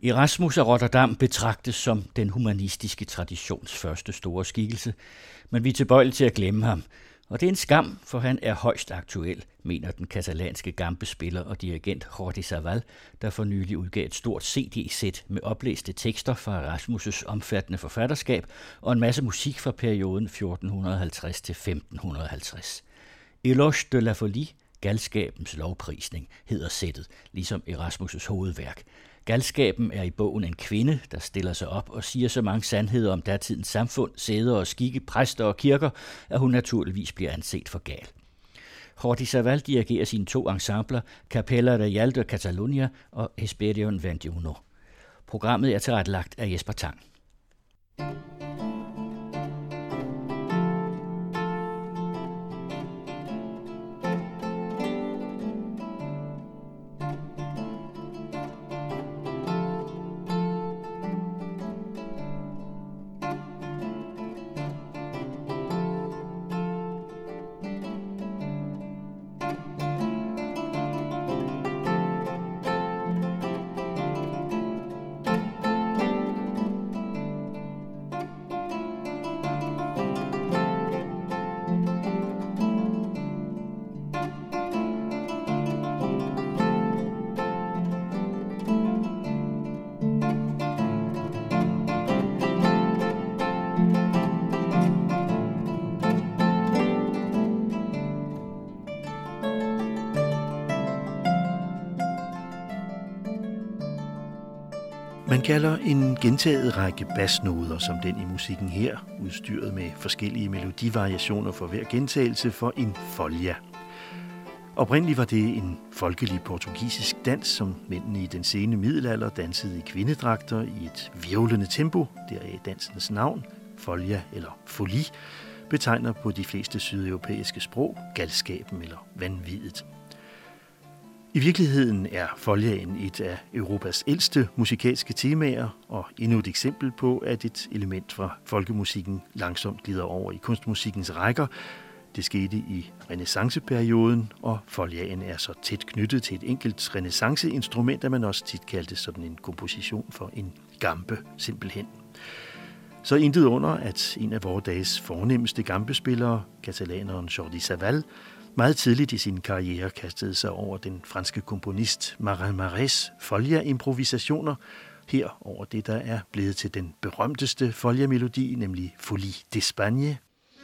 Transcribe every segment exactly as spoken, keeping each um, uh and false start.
Erasmus af Rotterdam betragtes som den humanistiske traditions første store skikkelse, men vi er tilbøjelige til at glemme ham. Og det er en skam, for han er højst aktuel, mener den katalanske gambespiller og dirigent Jordi Savall, der for nylig udgav et stort C D-sæt med oplæste tekster fra Erasmus' omfattende forfatterskab og en masse musik fra perioden fjorten halvtreds til femten halvtreds. Éloge de la folie, galskabens lovprisning, hedder sættet, ligesom Erasmus' hovedværk. Galskaben er i bogen en kvinde, der stiller sig op og siger så mange sandheder om datidens samfund, sæder og skikke, præster og kirker, at hun naturligvis bliver anset for gal. Jordi Savall dirigerer sine to ensembler, Capella Reial de Catalunya og Hesperion enogtyve. Programmet er tilrettelagt af Jesper Tang. Man kalder en gentaget række basnoder, som den i musikken her, udstyret med forskellige melodivariationer for hver gentagelse, for en folja. Oprindeligt var det en folkelig portugisisk dans, som mændene i den sene middelalder dansede i kvindedragter i et hvirvlende tempo, deraf dansens navn, folja eller folie, betegner på de fleste sydeuropæiske sprog galskaben eller vanviddet. I virkeligheden er foljaen et af Europas ældste musikalske temaer, og endnu et eksempel på, at et element fra folkemusikken langsomt glider over i kunstmusikkens rækker. Det skete i renæssanceperioden, og foljaen er så tæt knyttet til et enkelt renæssanceinstrument, at man også tit kaldte sådan en komposition for en gambe, simpelthen. Så intet under, at en af vores dages fornemmeste gambespillere, katalaneren Jordi Savall, meget tidligt i sin karriere kastede sig over den franske komponist Marin Marais folja-improvisationer, her over det, der er blevet til den berømteste folja-melodi, nemlig Folie d'Espagne.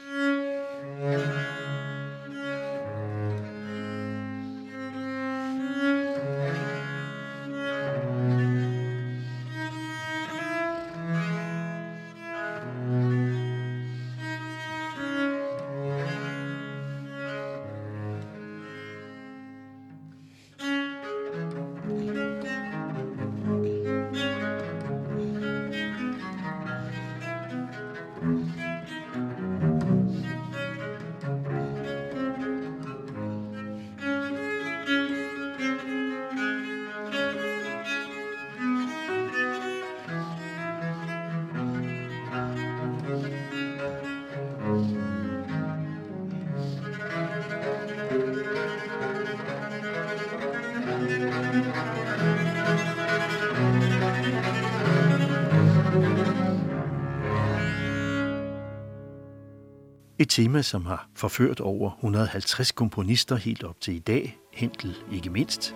Et tema, som har forført over et hundrede og halvtreds komponister helt op til i dag, Händel ikke mindst.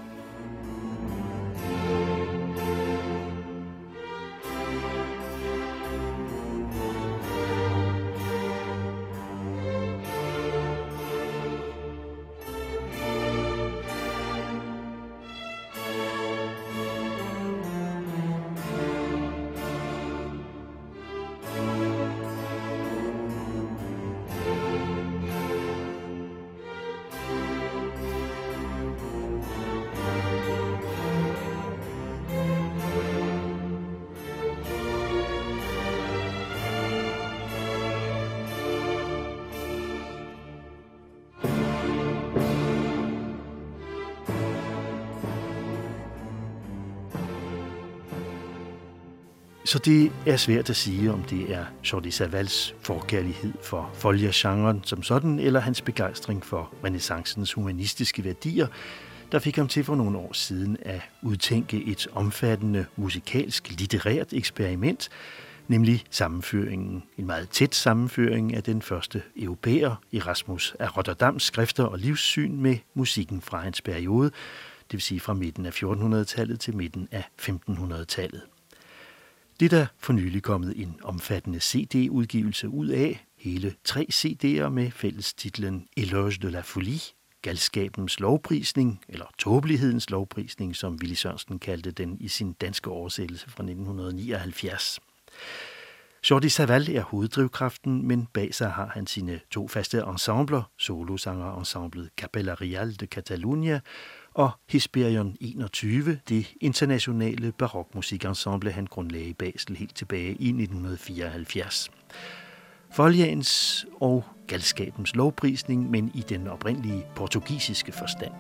Så det er svært at sige, om det er Jordi Savalls forkærlighed for folja-genren som sådan, eller hans begejstring for renæssancens humanistiske værdier, der fik ham til for nogle år siden at udtænke et omfattende musikalsk litterært eksperiment, nemlig sammenføringen, en meget tæt sammenføring af den første europæer, Erasmus af Rotterdams skrifter og livssyn med musikken fra hans periode, det vil sige fra midten af fjortenhundredetallet til midten af femtenhundredetallet. Det er der for nylig kommet en omfattende C D-udgivelse ud af, hele tre C D'er med fællestitlen Éloge de la Folie, galskabens lovprisning, eller tåbelighedens lovprisning, som Willy Sørensen kaldte den i sin danske oversættelse fra nitten nioghalvfjerds. Jordi Savall er hoveddrivkraften, men bag sig har han sine to faste ensembler, solosangerensemblet Capella Real de Catalunya og Hesperion enogtyve, det internationale barokmusikensemble, han grundlagde i Basel helt tilbage i nitten fireoghalvfjerds. Foliaens og galskabens lovprisning, men i den oprindelige portugisiske forstand.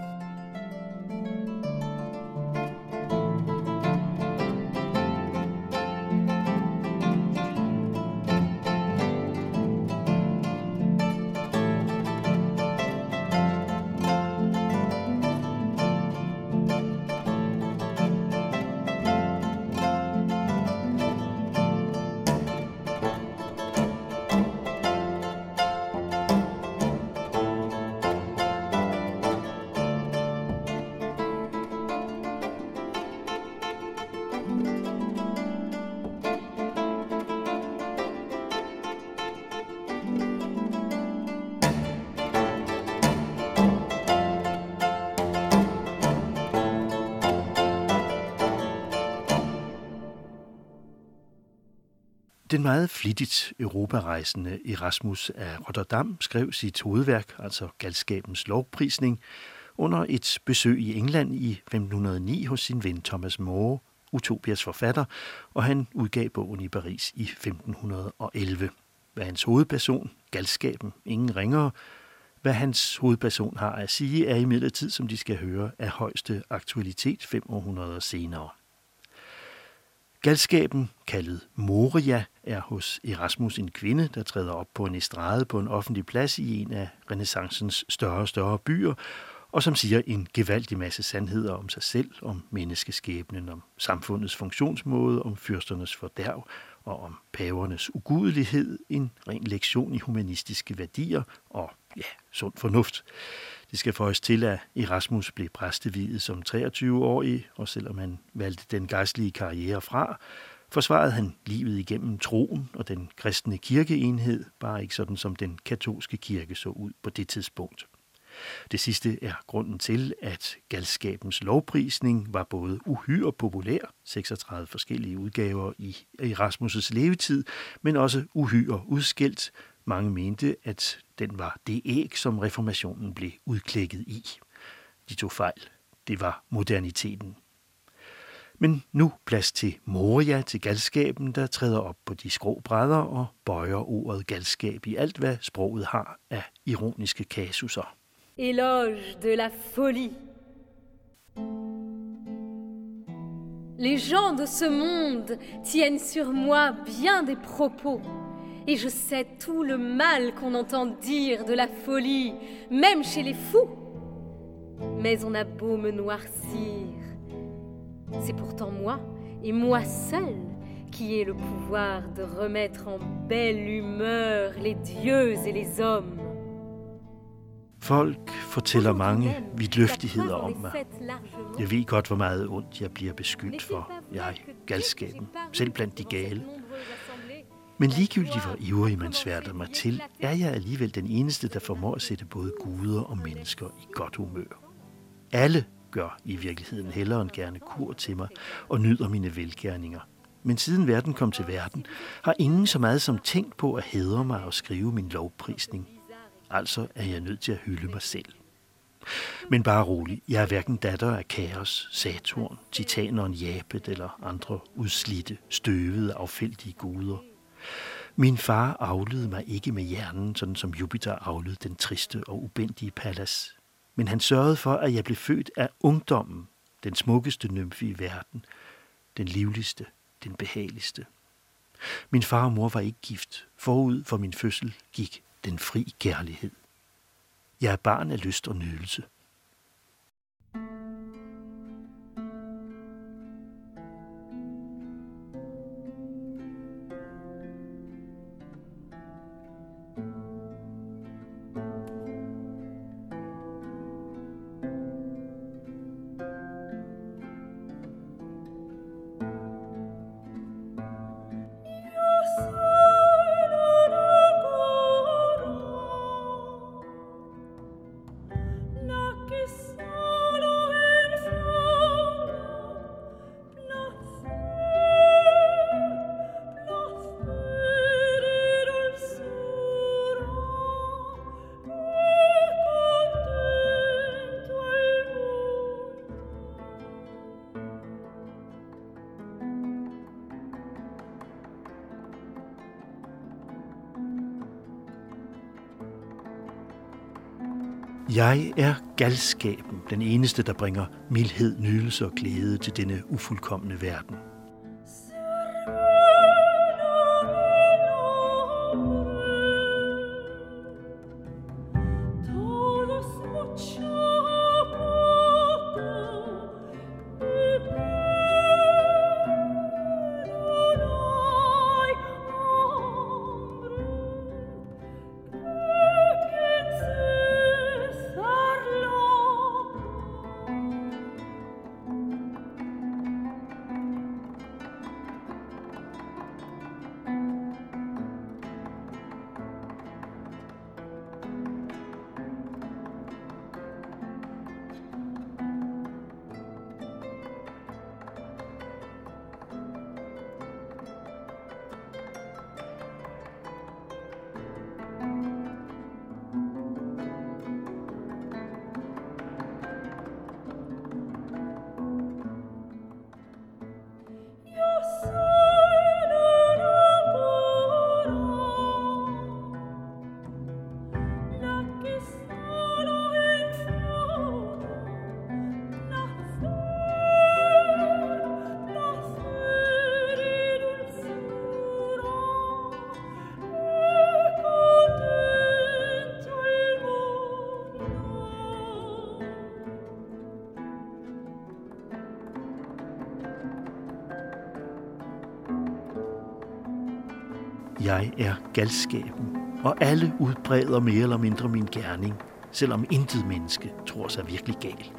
Den meget flittigt europarejsende Erasmus af Rotterdam skrev sit hovedværk, altså Galskabens lovprisning, under et besøg i England i femten hundrede og ni hos sin ven Thomas More, Utopias forfatter, og han udgav bogen i Paris i femten hundrede og elleve. Hvad hans hovedperson, galskaben, ingen ringere, hvad hans hovedperson har at sige, er imidlertid, som de skal høre, af højeste aktualitet fem århundreder senere. Galskaben, kaldet Moria, er hos Erasmus en kvinde, der træder op på en estrade på en offentlig plads i en af renæssancens større og større byer, og som siger en gevaldig masse sandheder om sig selv, om menneskeskæbnen, om samfundets funktionsmåde, om fyrsternes fordærv og om pavernes ugudelighed, en ren lektion i humanistiske værdier og, ja, sund fornuft. Det skal føjes til, at Erasmus blev præsteviet som treogtyve-årig, og selvom han valgte den gejstlige karriere fra, forsvarede han livet igennem troen og den kristne kirkeenhed, bare ikke sådan som den katolske kirke så ud på det tidspunkt. Det sidste er grunden til, at galskabens lovprisning var både uhyre populær, seksogtredive forskellige udgaver i Erasmus' levetid, men også uhyre udskilt. Mange mente, at den var det æg, som reformationen blev udklækket i. De tog fejl. Det var moderniteten. Men nu plads til Moria, til galskaben, der træder op på de skrå brædder og bøjer ordet galskab i alt, hvad sproget har af ironiske kasusser. Éloge de la folie. Les gens de ce monde tiennent sur moi bien des propos, et je sais tout le mal qu'on entend dire de la folie, même chez les fous. Mais on a beau me noircir, c'est pourtant moi, et moi seul, qui ai le pouvoir de remettre en belle humeur les dieux et les hommes. Folk fortæller mange vidtløftigheder om mig. Jeg ved godt, hvor meget ondt jeg bliver beskyldt for. Jeg, galskaben, selv blandt de gale. Men ligegyldigt hvor ivrig man sværter mig til, er jeg alligevel den eneste, der formår at sætte både guder og mennesker i godt humør. Alle gør i virkeligheden hellere end gerne kur til mig og nyder mine velgerninger. Men siden verden kom til verden, har ingen så meget som tænkt på at hædre mig og skrive min lovprisning. Altså er jeg nødt til at hylde mig selv. Men bare rolig, jeg er hverken datter af Kaos, Saturn, titaneren Japet eller andre udslidte, støvede, affældige guder. Min far aflede mig ikke med hjernen, sådan som Jupiter aflede den triste og ubændige Pallas. Men han sørgede for, at jeg blev født af ungdommen, den smukkeste nymfe i verden, den livligste, den behageligste. Min far og mor var ikke gift. Forud for min fødsel gik den fri kærlighed. Jeg er barn af lyst og nydelse. Jeg er galskaben, den eneste, der bringer mildhed, nydelse og glæde til denne ufuldkomne verden. Jeg er galskaben, og alle udbreder mere eller mindre min gerning, selvom intet menneske tror sig virkelig gal.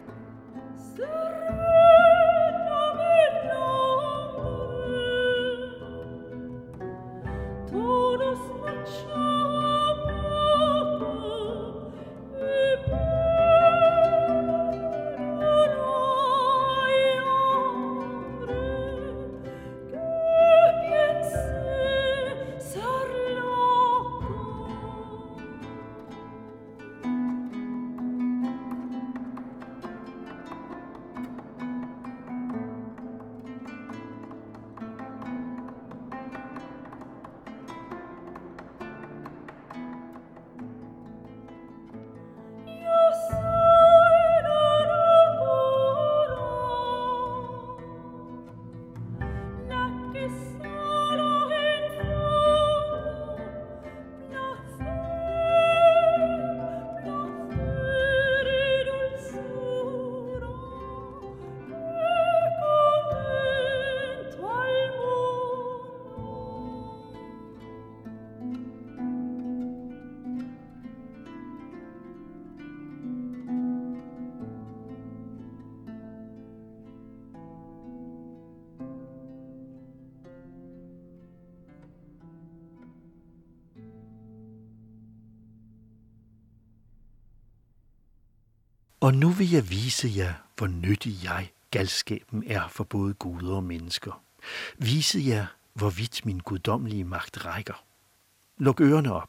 Og nu vil jeg vise jer, hvor nyttig jeg, galskaben, er for både guder og mennesker. Vise jer, hvorvidt min guddommelige magt rækker. Luk ørerne op.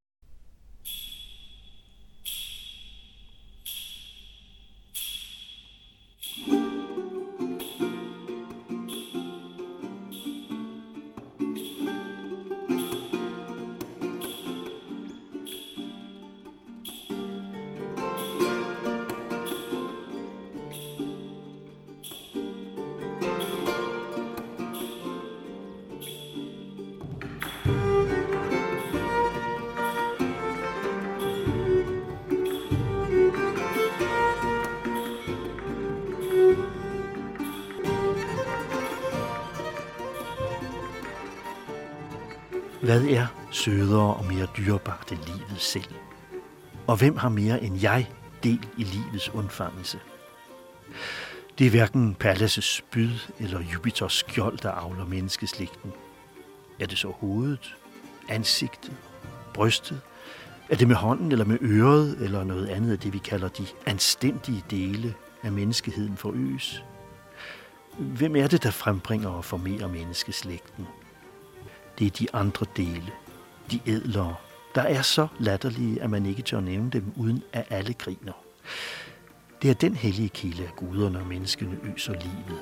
Hvad er sødere og mere dyrebart end livet selv? Og hvem har mere end jeg del i livets undfangelse? Det er hverken Pallas' spyd eller Jupiters skjold, der avler menneskeslægten. Er det så hovedet, ansigtet, brystet? Er det med hånden eller med øret eller noget andet af det, vi kalder de anstændige dele af menneskeheden forøges? Hvem er det, der frembringer og formerer menneskeslægten? Det er de andre dele, de ædlere, der er så latterlige, at man ikke tør nævne dem, uden at alle griner. Det er den hellige kilde af guderne og menneskene øser livet.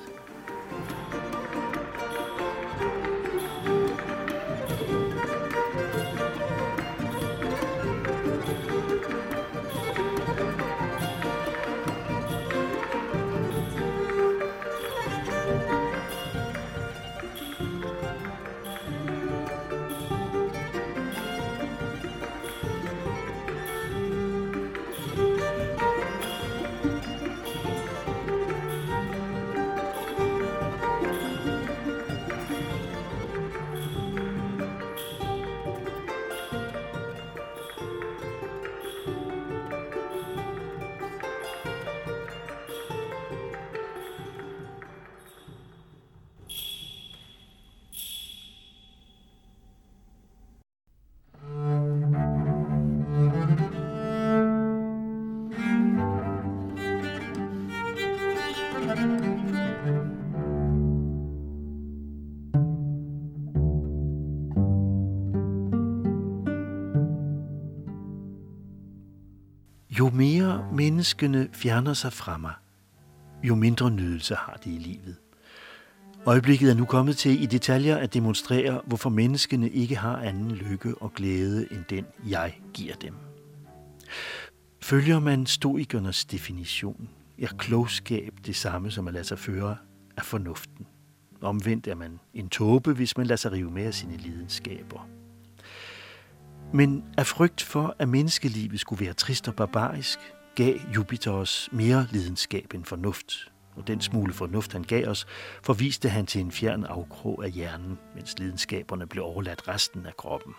Jo mere menneskene fjerner sig fra mig, jo mindre nydelse har de i livet. Øjeblikket er nu kommet til i detaljer at demonstrere, hvorfor menneskene ikke har anden lykke og glæde end den, jeg giver dem. Følger man stoikernes definition, er klogskab det samme som at lade sig føre af fornuften. Omvendt er man en tåbe, hvis man lader sig rive med af sine lidenskaber. Men af frygt for, at menneskelivet skulle være trist og barbarisk, gav Jupiter os mere lidenskab end fornuft. Og den smule fornuft, han gav os, forviste han til en fjern afkrog af hjernen, mens lidenskaberne blev overladt resten af kroppen.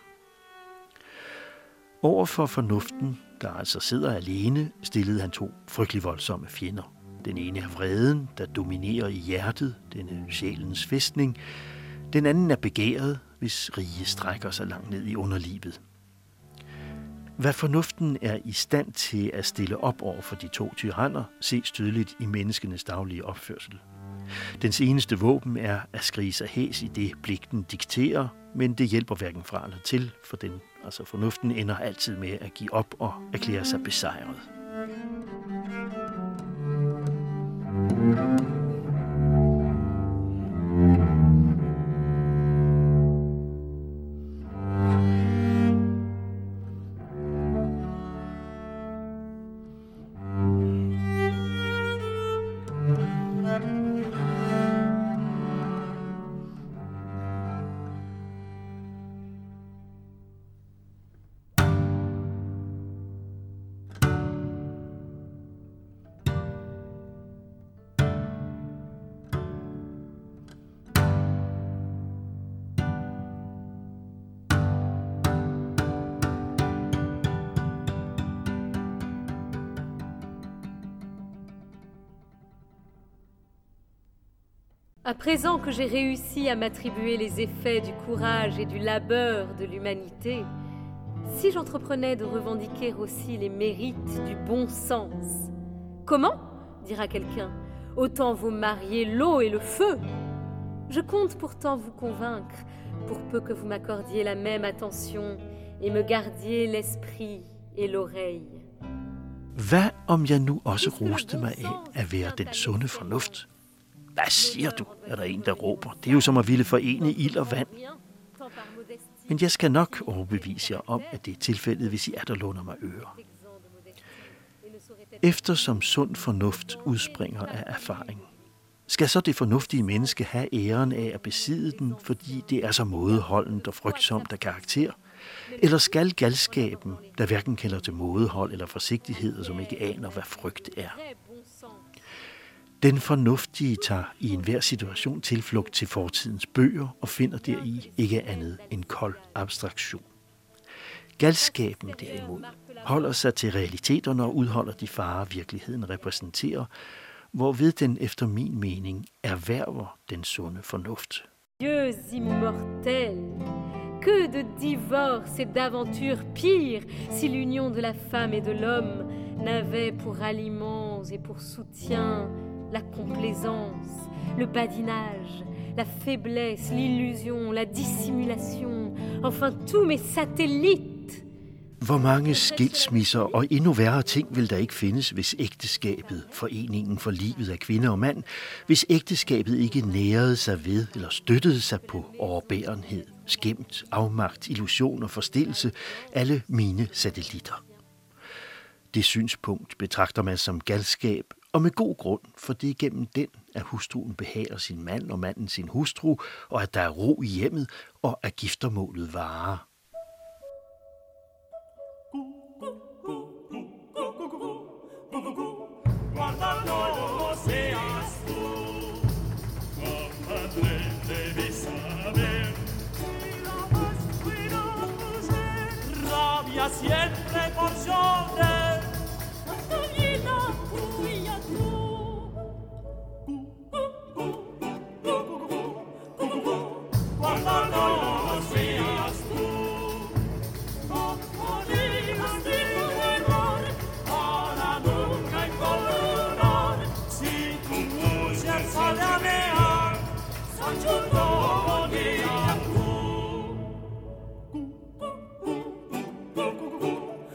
Overfor fornuften, der altså sidder alene, stillede han to frygtelig voldsomme fjender. Den ene er vreden, der dominerer i hjertet, denne sjælens fæstning. Den anden er begæret, hvis rige strækker sig langt ned i underlivet. Hvad fornuften er i stand til at stille op over for de to tyranner, ses tydeligt i menneskenes daglige opførsel. Dens eneste våben er at skrige sig hæs i det, pligten dikterer, men det hjælper hverken fra eller til, for den, altså fornuften, ender altid med at give op og erklære sig besejret. À présent que j'ai réussi à m'attribuer les effets du courage et du labeur de l'humanité, si j'entreprenais de revendiquer aussi les mérites du bon sens. Comment ? Dira quelqu'un. Autant vaut marier l'eau et le feu. Je compte pourtant vous convaincre, pour peu que vous m'accordiez la même attention et me gardiez l'esprit et l'oreille. Hvad om jeg nu også roste mig af at være den sunde fornuft? Hvad siger du, er der en, der råber. Det er jo som at ville forene ild og vand. Men jeg skal nok overbevise jer om, at det er tilfældet, hvis I er der låner mig ører. Eftersom sund fornuft udspringer af erfaring, skal så det fornuftige menneske have æren af at besidde den, fordi det er så mådeholdent og frygtsomt af karakter? Eller skal galskaben, der hverken kalder til mådehold eller forsigtighed, og som ikke aner, hvad frygt er? Den fornuftige tager i enhver situation tilflugt til fortidens bøger og finder deri ikke andet end kold abstraktion. Galskaben derimod holder sig til realiteterne og udholder de farer, virkeligheden repræsenterer, hvorved den efter min mening erhverver den sunde fornuft. Dieux immortels, que de divorces et d'aventures pires si l'union de la femme et de l'homme n'avait pour aliments et pour soutien la complaisance, le badinage, la faiblesse, l'illusion, la dissimulation, enfin tous mes satellites. Hvor mange skilsmisser og endnu værre ting vil der ikke findes, hvis ægteskabet, foreningen for livet af kvinde og mand, hvis ægteskabet ikke nærede sig ved eller støttede sig på overbærenhed, skæmt, afmagt, illusion og forstillelse, alle mine satellitter. Det synspunkt betragter man som galskab, og med god grund, for det er gennem den, at hustruen behager sin mand og manden sin hustru, og at der er ro i hjemmet, og at giftermålet varer. Siempre por Jordan, cuando no seas tú, morirás de tu error, para nunca incomodar. Si tu mujer sale a mear, Sancho día tú.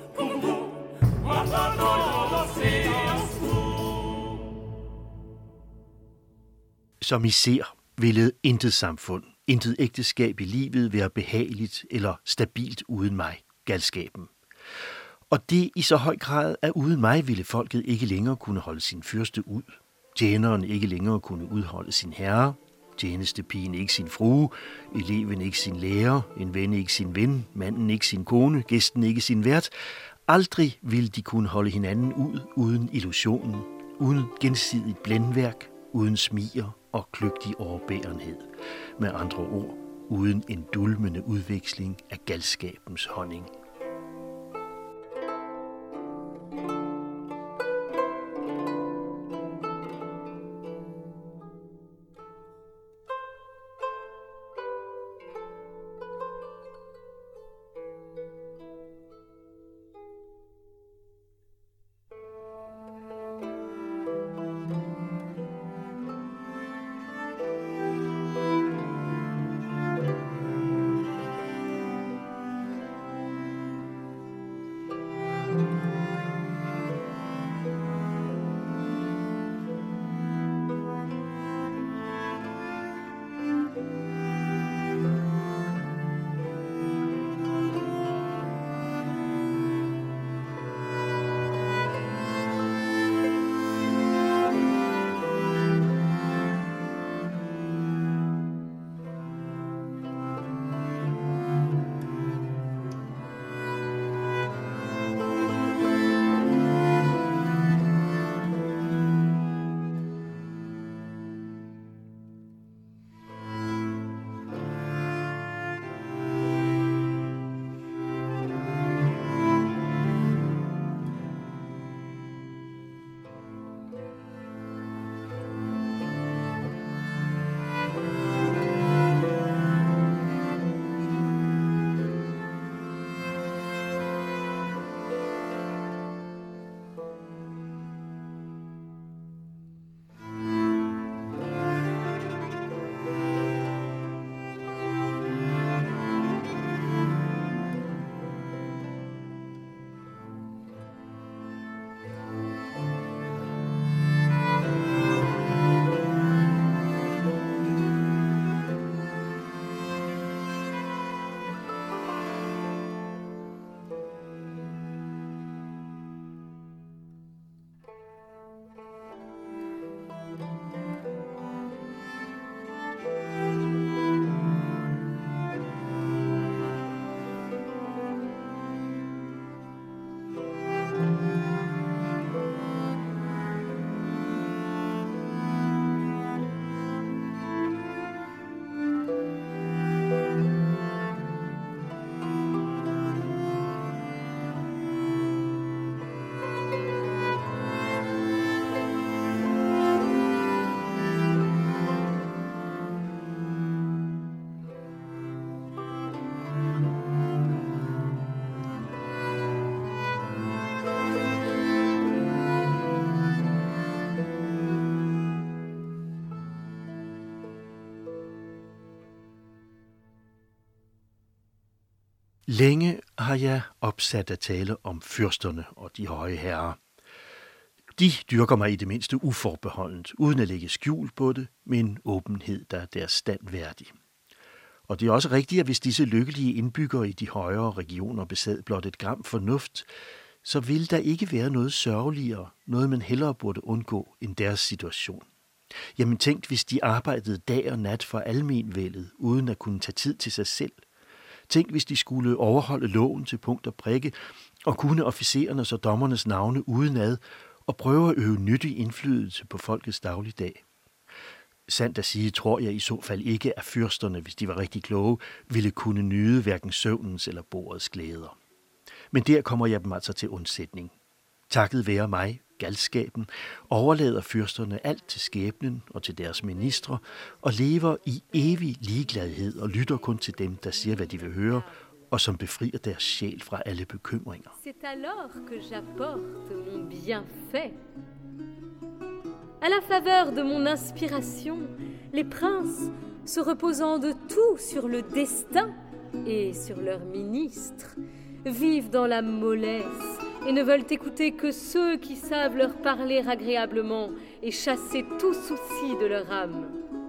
Som I ser, ville intet samfund, intet ægteskab i livet være behageligt eller stabilt uden mig, galskaben. Og det i så høj grad, at uden mig ville folket ikke længere kunne holde sin fyrste ud. Tjeneren ikke længere kunne udholde sin herre, tjenestepigen ikke sin frue, eleven ikke sin lærer, en ven ikke sin ven, manden ikke sin kone, gæsten ikke sin vært. Aldrig ville de kunne holde hinanden ud uden illusionen, uden gensidigt blændværk, uden smiger og kløgtig overbærenhed. Med andre ord, uden en dulmende udveksling af galskabens honning. Længe har jeg opsat at tale om fyrsterne og de høje herrer. De dyrker mig i det mindste uforbeholdent, uden at lægge skjul på det, med en åbenhed, der er deres stand værdig. Og det er også rigtigt, at hvis disse lykkelige indbyggere i de højere regioner besad blot et gram fornuft, så ville der ikke være noget sørgeligere, noget man hellere burde undgå end deres situation. Jamen tænk, hvis de arbejdede dag og nat for almenvældet, uden at kunne tage tid til sig selv. Tænk, hvis de skulle overholde loven til punkt og prikke, og kunne officerernes og dommernes navne udenad, og prøve at øve nyttig indflydelse på folkets dagligdag. Sandt at sige, tror jeg i så fald ikke, at fyrsterne, hvis de var rigtig kloge, ville kunne nyde hverken søvnens eller bordets glæder. Men der kommer jeg dem altså til undsætning. Takket være mig, galskaben, overlader fyrsterne alt til skæbnen og til deres ministre, og lever i evig ligegladhed og lytter kun til dem, der siger, hvad de vil høre, og som befrier deres sjæl fra alle bekymringer. C'est alors que j'apporte mon bienfait. À la faveur de mon inspiration, les princes, se reposant de tout sur le destin et sur leurs ministres, vivent dans la mollesse et ne veulent écouter que ceux qui savent leur parler agréablement et chasser tout souci de leur âme.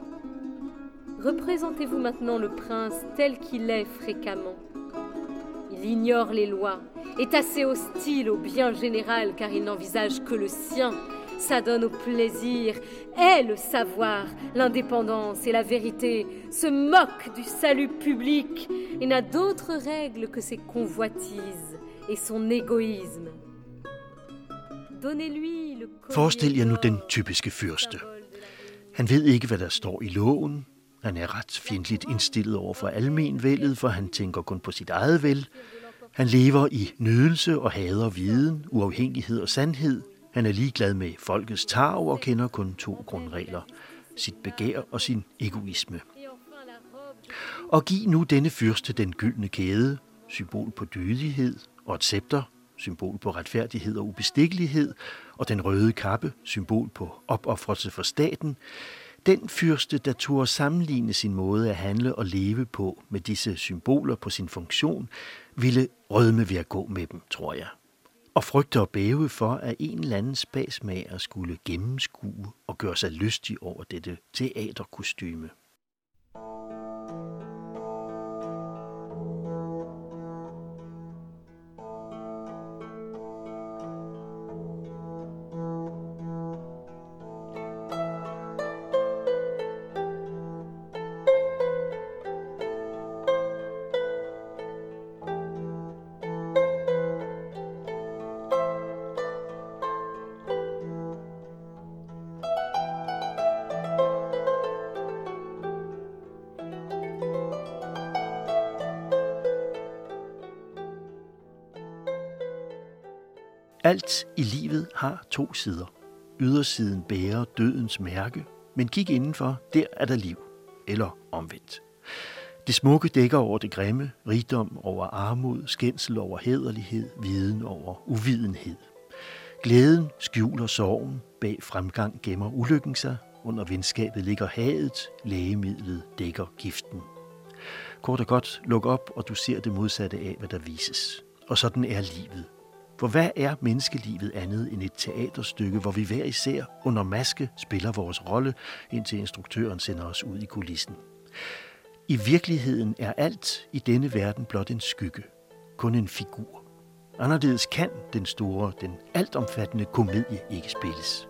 Représentez-vous maintenant le prince tel qu'il est fréquemment. Il ignore les lois, est assez hostile au bien général car il n'envisage que le sien, s'adonne au plaisir, hait le savoir, l'indépendance et la vérité, se moque du salut public et n'a d'autres règles que ses convoitises et son égoïsme. Donnez-lui le collier Forestil jer nu den d'or, typiske fyrste. symbole de la... Han ved ikke, hvad der står i loven. Han er ret fjendtligt indstillet over for almenvældet, for han tænker kun på sit eget vel. Han lever i nydelse og hader viden, uafhængighed og sandhed. Han er ligeglad med folkets tarv og kender kun to grundregler: sit begær og sin egoisme. Og giv nu denne fyrste den gyldne kæde, symbol på dydighed, og et scepter, symbol på retfærdighed og ubestikkelighed, og den røde kappe, symbol på opofrelse for staten. Den fyrste, der turde sammenligne sin måde at handle og leve på med disse symboler på sin funktion, ville rødme ved at gå med dem, tror jeg. Og frygte og bæve for, at en eller anden spasmager skulle gennemskue og gøre sig lystig over dette teaterkostyme. Alt i livet har to sider. Ydersiden bærer dødens mærke, men kig indenfor, der er der liv, eller omvendt. Det smukke dækker over det grimme, rigdom over armod, skændsel over hæderlighed, viden over uvidenhed. Glæden skjuler sorgen, bag fremgang gemmer ulykken sig, under venskabet ligger hadet, lægemidlet dækker giften. Kort og godt, luk op, og du ser det modsatte af, hvad der vises. Og sådan er livet. For hvad er menneskelivet andet end et teaterstykke, hvor vi hver især under maske spiller vores rolle, indtil instruktøren sender os ud i kulissen? I virkeligheden er alt i denne verden blot en skygge, kun en figur. Anderledes kan den store, den altomfattende komedie ikke spilles.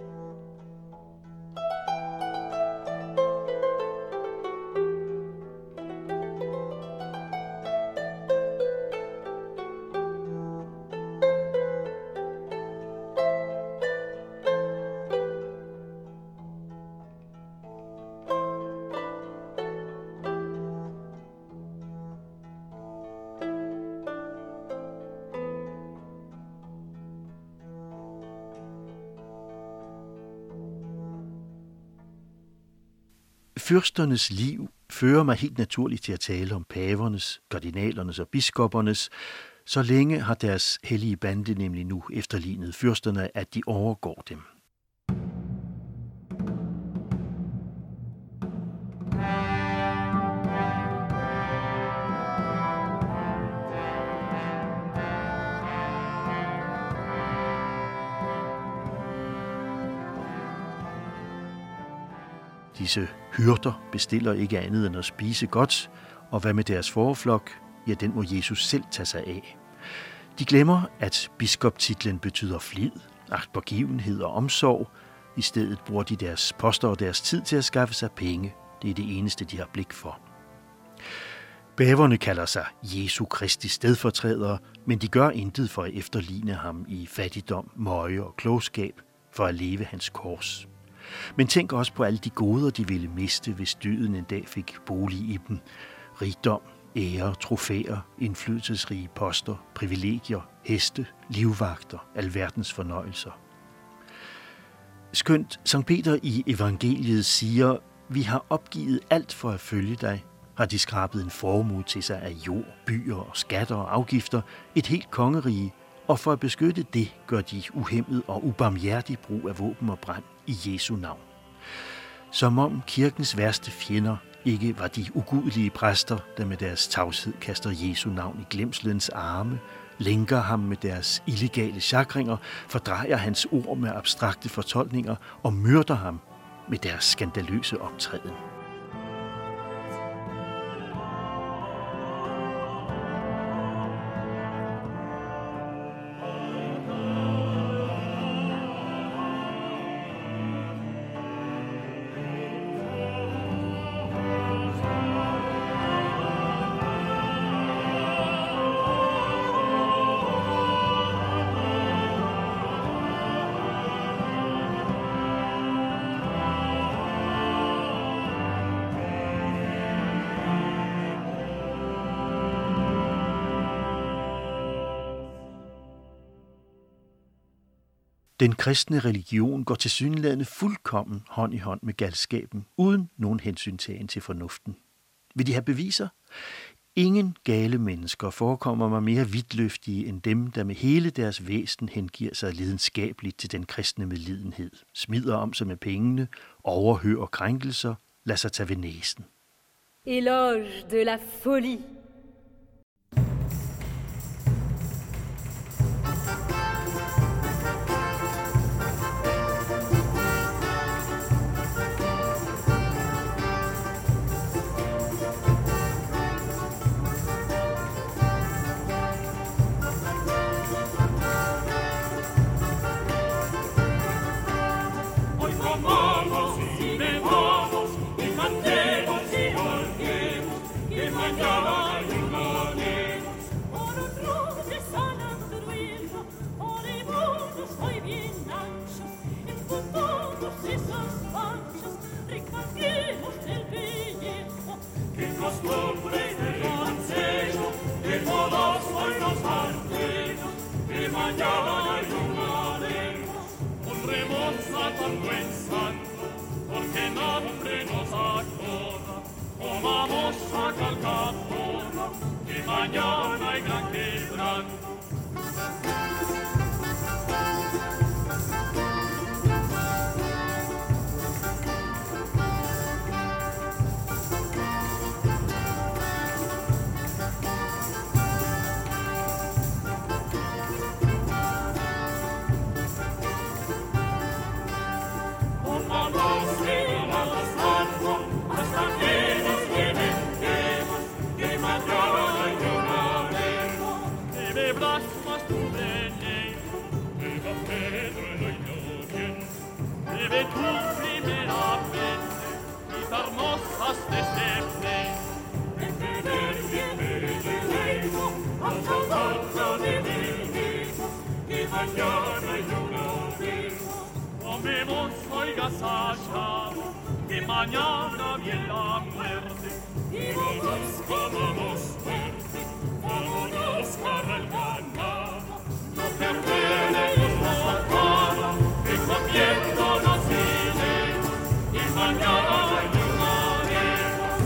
Fyrsternes liv fører mig helt naturligt til at tale om pavernes, kardinalernes og biskoppernes. Så længe har deres hellige bande nemlig nu efterlignet fyrsterne, at de overgår dem. Disse hyrder bestiller ikke andet end at spise godt, og hvad med deres forflok? Ja, den må Jesus selv tage sig af. De glemmer, at biskoptitlen betyder flid, agtpågivenhed og omsorg. I stedet bruger de deres poster og deres tid til at skaffe sig penge. Det er det eneste, de har blik for. Bæverne kalder sig Jesu Kristi stedfortrædere, men de gør intet for at efterligne ham i fattigdom, møje og klogskab, for at leve hans kors. Men tænk også på alle de goder, de ville miste, hvis døden en dag fik bolig i dem. Rigdom, ære, trofæer, indflydelsesrige poster, privilegier, heste, livvagter, alverdens fornøjelser. Skønt Sankt Peter i evangeliet siger, vi har opgivet alt for at følge dig, har de skrabet en formue til sig af jord, byer og skatter og afgifter, et helt kongerige, og for at beskytte det gør de uhæmmet og ubarmhjertig brug af våben og brand i Jesu navn. Som om kirkens værste fjender ikke var de ugudelige præster, der med deres tavshed kaster Jesu navn i glemslens arme, lænker ham med deres illegale chakringer, fordrejer hans ord med abstrakte fortolkninger og myrder ham med deres skandaløse optræden. Den kristne religion går tilsyneladende fuldkommen hånd i hånd med galskaben, uden nogen hensyntagen til fornuften. Vil de have beviser? Ingen gale mennesker forekommer mig mere vidtløftige end dem, der med hele deres væsen hengiver sig lidenskabeligt til den kristne medlidenhed, smider om sig med pengene, overhører krænkelser, lader sig tage ved næsen. Éloge de la folie. Que mañana viene la muerte y vamos como suerte, vámonos para el ganado, no perderemos la cara, que comiendo nos iremos y mañana ayudaremos.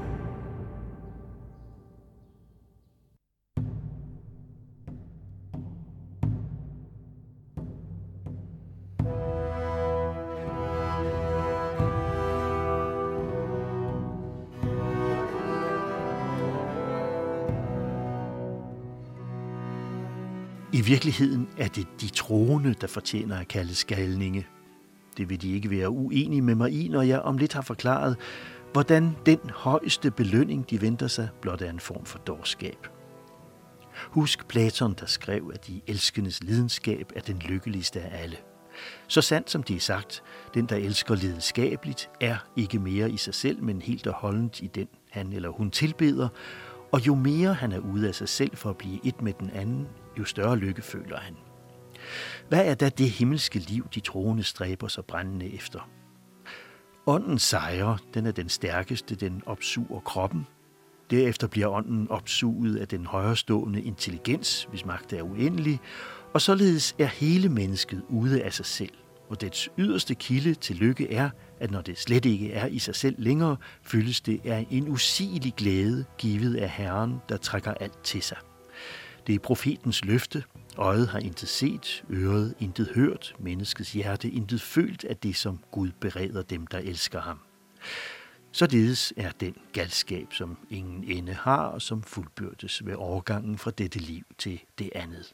I virkeligheden er det de troende, der fortjener at kalde skalninge. Det vil de ikke være uenige med mig i, når jeg om lidt har forklaret, hvordan den højeste belønning, de venter sig, blot er en form for dårskab. Husk Platon, der skrev, at de elskendes lidenskab er den lykkeligste af alle. Så sandt som det er sagt, den, der elsker lidenskabeligt, er ikke mere i sig selv, men helt og holdent i den, han eller hun tilbeder, og jo mere han er ude af sig selv for at blive et med den anden, jo større lykke føler han. Hvad er da det himmelske liv, de troende stræber så brændende efter? Ånden sejrer, den er den stærkeste, den opsuger kroppen. Derefter bliver ånden opsuget af den højrestående intelligens, hvis magt er uendelig, og således er hele mennesket ude af sig selv. Og dets yderste kilde til lykke er, at når det slet ikke er i sig selv længere, fyldes det af en usigelig glæde, givet af Herren, der trækker alt til sig. Det er profetens løfte. Øjet har intet set, øret intet hørt, menneskets hjerte intet følt af det, som Gud bereder dem, der elsker ham. Således er den galskab, som ingen ende har, og som fuldbyrdes ved overgangen fra dette liv til det andet.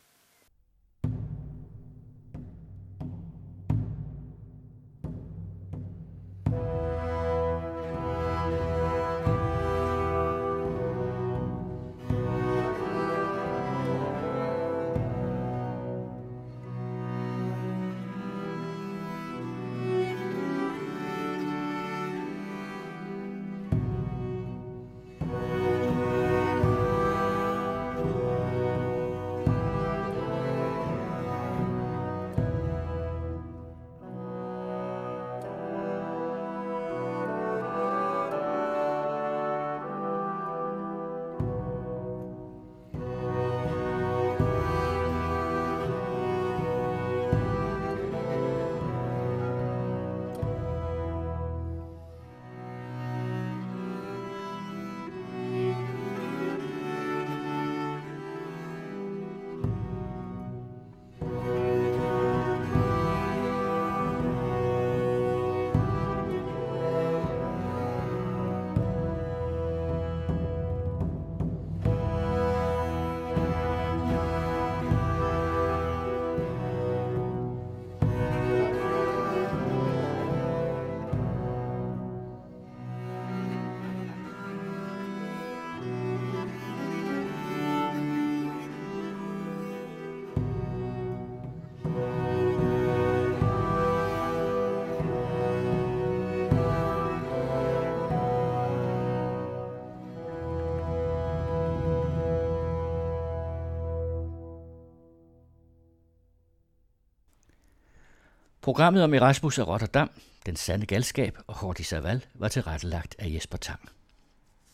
Programmet om Erasmus af Rotterdam, Den Sande Galskab og Jordi Savall var tilrettelagt af Jesper Tang.